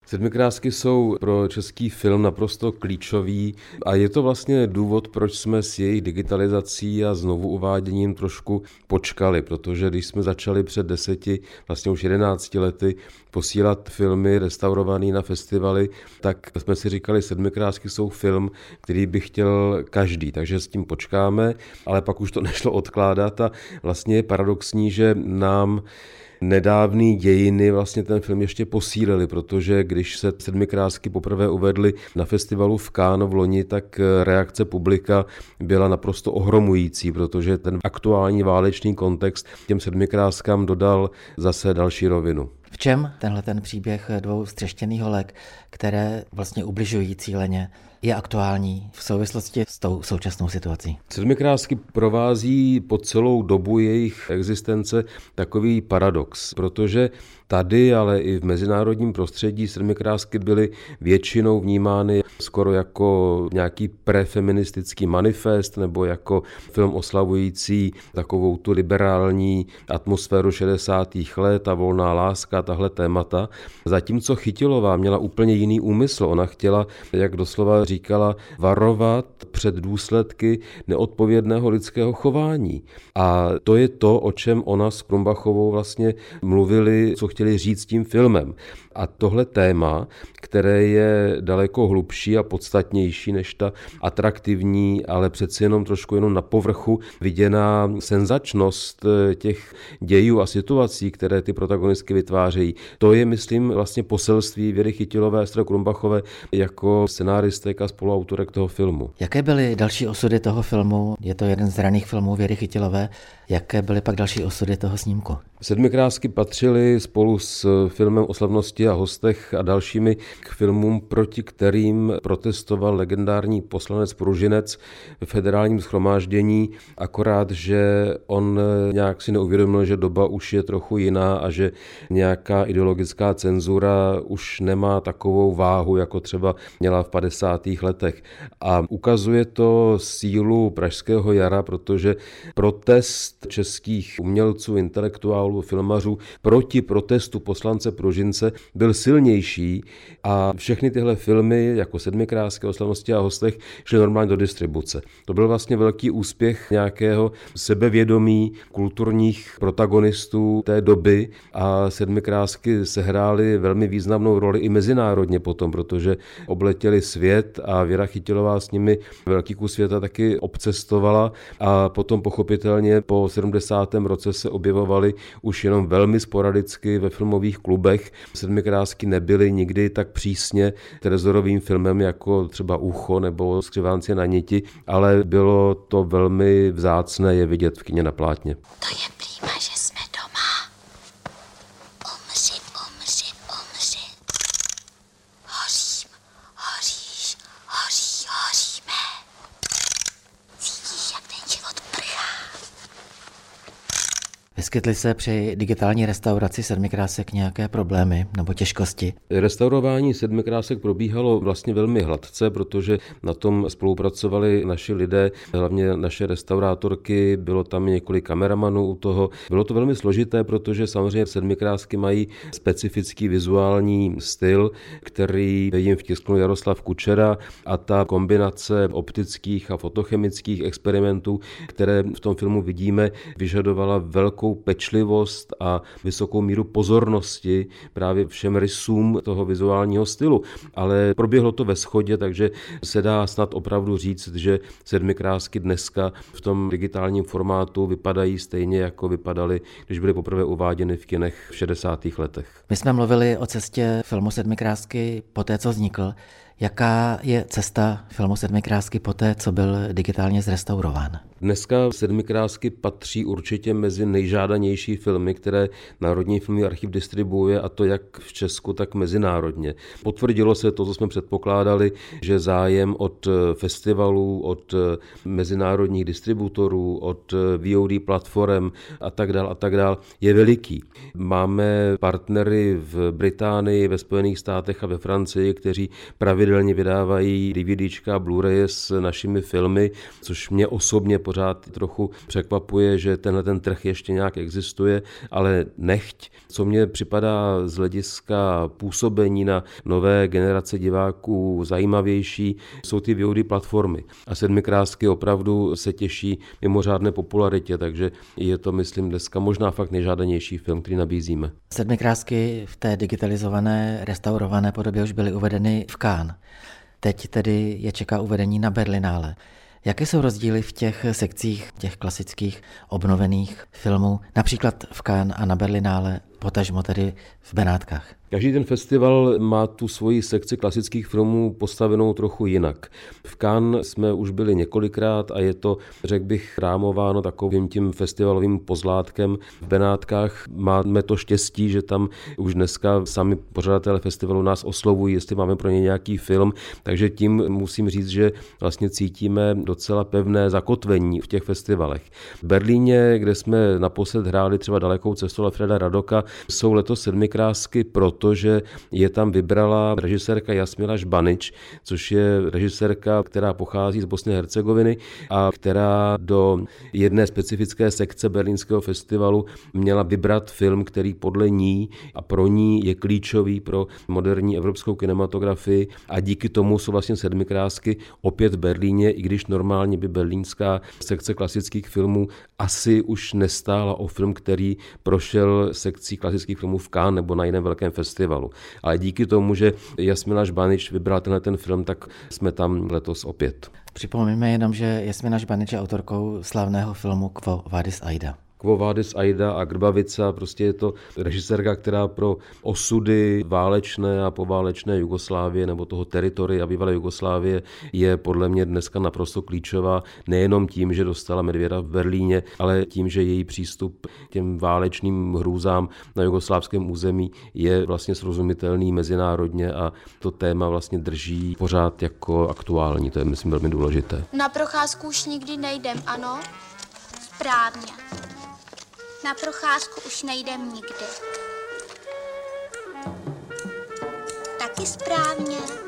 Sedmikrásky jsou pro český film naprosto klíčový a je to vlastně důvod, proč jsme s jejich digitalizací a znovu uváděním trošku počkali, protože když jsme začali před 10, vlastně už 11 lety posílat filmy restaurované na festivaly, tak jsme si říkali, Sedmikrásky jsou film, který by chtěl každý, takže s tím počkáme, ale pak už to nešlo odkládat a vlastně je paradoxní, že nám nedávný dějiny vlastně ten film ještě posílili, protože když se Sedmikrásky poprvé uvedly na festivalu v Cannes v loni, tak reakce publika byla naprosto ohromující, protože ten aktuální válečný kontext těm Sedmikráskám dodal zase další rovinu. V čem tenhle ten příběh dvou střeštěných holek, které vlastně ubližují cíleně, je aktuální v souvislosti s tou současnou situací? Sedmikrásky provází po celou dobu jejich existence takový paradox, protože tady, ale i v mezinárodním prostředí Sedmikrásky byly většinou vnímány skoro jako nějaký prefeministický manifest nebo jako film oslavující takovou tu liberální atmosféru 60. let a volná láska, tahle témata. Zatímco Chytilová měla úplně jiný úmysl. Ona chtěla, jak doslova říkala, varovat před důsledky neodpovědného lidského chování. A to je to, o čem ona s Krumbachovou vlastně mluvili, co chtěli říct tím filmem. A tohle téma, které je daleko hlubší a podstatnější než ta atraktivní, ale přeci jenom trošku jenom na povrchu viděná senzačnost těch dějů a situací, které ty protagonistky vytvářejí. To je, myslím, vlastně poselství Věry Chytilové a Estery Krumbachové jako scenáristek a spoluautorek toho filmu. Jaké byly další osudy toho filmu? Je to jeden z raných filmů Věry Chytilové. Jaké byly pak další osudy toho snímku? Sedmikrásky patřily spolu s filmem O slavnosti a hostech a dalšími k filmům, proti kterým protestoval legendární poslanec Pružinec v federálním shromáždění, akorát, že on nějak si neuvědomil, že doba už je trochu jiná a že nějaká ideologická cenzura už nemá takovou váhu, jako třeba měla v 50. letech. A ukazuje to sílu Pražského jara, protože protest českých umělců, intelektuálů, filmařů proti protestu poslance Pružince byl silnější a všechny tyhle filmy, jako Sedmikrásky, O slavnosti a hostech, šly normálně do distribuce. To byl vlastně velký úspěch nějakého sebevědomí kulturních protagonistů té doby a Sedmikrásky sehrály velmi významnou roli i mezinárodně potom, protože obletěli svět a Věra Chytilová s nimi velký kus světa taky obcestovala a potom pochopitelně po 70. roce se objevovaly už jenom velmi sporadicky ve filmových klubech. Sedmikrásky nebyly nikdy tak přísně trezorovým filmem jako třeba Ucho nebo Skřivánci na niti, ale bylo to velmi vzácné je vidět v kině na plátně. To je prýma, že jsme doma. Umři, umři, umři. Hořím, hoříš, hoří, hoříme. Cítíš, jak ten život prchá. Vyskytly se při digitální restauraci Sedmikrásek nějaké problémy nebo těžkosti? Restaurování Sedmikrásek probíhalo vlastně velmi hladce, protože na tom spolupracovali naši lidé, hlavně naše restaurátorky, bylo tam několik kameramanů u toho. Bylo to velmi složité, protože samozřejmě Sedmikrásky mají specifický vizuální styl, který jim vtisknul Jaroslav Kučera a ta kombinace optických a fotochemických experimentů, které v tom filmu vidíme, vyžadovala velkou pečlivost a vysokou míru pozornosti právě všem rysům toho vizuálního stylu. Ale proběhlo to ve shodě, takže se dá snad opravdu říct, že Sedmikrásky dneska v tom digitálním formátu vypadají stejně, jako vypadaly, když byly poprvé uváděny v kinech v 60. letech. My jsme mluvili o cestě filmu Sedmikrásky po té, co vznikl. Jaká je cesta filmu Sedmikrásky po té, co byl digitálně zrestaurován? Dneska Sedmikrásky patří určitě mezi nejžádanější filmy, které Národní filmový archiv distribuuje, a to jak v Česku, tak mezinárodně. Potvrdilo se to, co jsme předpokládali, že zájem od festivalů, od mezinárodních distributorů, od VOD platform a tak dál je veliký. Máme partnery v Británii, ve Spojených státech a ve Francii, kteří pravidelně pravidelně vydávají DVDčka a Blu-raye s našimi filmy, což mě osobně pořád trochu překvapuje, že tenhle ten trh ještě nějak existuje, ale nechť. Co mně připadá z hlediska působení na nové generace diváků zajímavější, jsou ty VOD platformy. A Sedmikrásky opravdu se těší mimořádné popularitě, takže je to, myslím, dneska možná fakt nejžádanější film, který nabízíme. Sedmikrásky v té digitalizované, restaurované podobě už byly uvedeny v Cannes. Teď tedy je čeká uvedení na Berlinále. Jaké jsou rozdíly v těch sekcích, těch klasických obnovených filmů, například v Cannes a na Berlinále, potažmo tedy v Benátkách? Každý ten festival má tu svoji sekci klasických filmů postavenou trochu jinak. V Cannes jsme už byli několikrát a je to, řekl bych, rámováno takovým tím festivalovým pozlátkem. V Benátkách máme to štěstí, že tam už dneska sami pořadatelé festivalu nás oslovují, jestli máme pro ně nějaký film, takže tím musím říct, že vlastně cítíme docela pevné zakotvení v těch festivalech. V Berlíně, kde jsme naposled hráli třeba Dalekou cestu Alfreda Radoka, jsou letos Sedmikrásky, protože je tam vybrala režisérka Jasmila Žbanič, což je režisérka, která pochází z Bosny a Hercegoviny a která do jedné specifické sekce berlínského festivalu měla vybrat film, který podle ní a pro ní je klíčový pro moderní evropskou kinematografii a díky tomu jsou vlastně Sedmikrásky opět v Berlíně, i když normálně by berlínská sekce klasických filmů asi už nestála o film, který prošel sekcí klasických filmů v Cannes nebo na jiném velkém festivalu. Ale díky tomu, že Jasmina Žbanič vybral ten film, tak jsme tam letos opět. Připomeňme jenom, že Jasmina Žbanič je autorkou slavného filmu Quo Vadis Aida. Quo Vadis Aida a Grbavica, prostě je to režisérka, která pro osudy válečné a poválečné Jugoslávie nebo toho teritoria bývalé Jugoslávie je podle mě dneska naprosto klíčová, nejenom tím, že dostala medvěda v Berlíně, ale tím, že její přístup k těm válečným hrůzám na jugoslávském území je vlastně srozumitelný mezinárodně a to téma vlastně drží pořád jako aktuální. To je, myslím, velmi důležité. Na procházku už nikdy nejdem, ano? Správně. Na procházku už nejdem nikdy. Taky správně.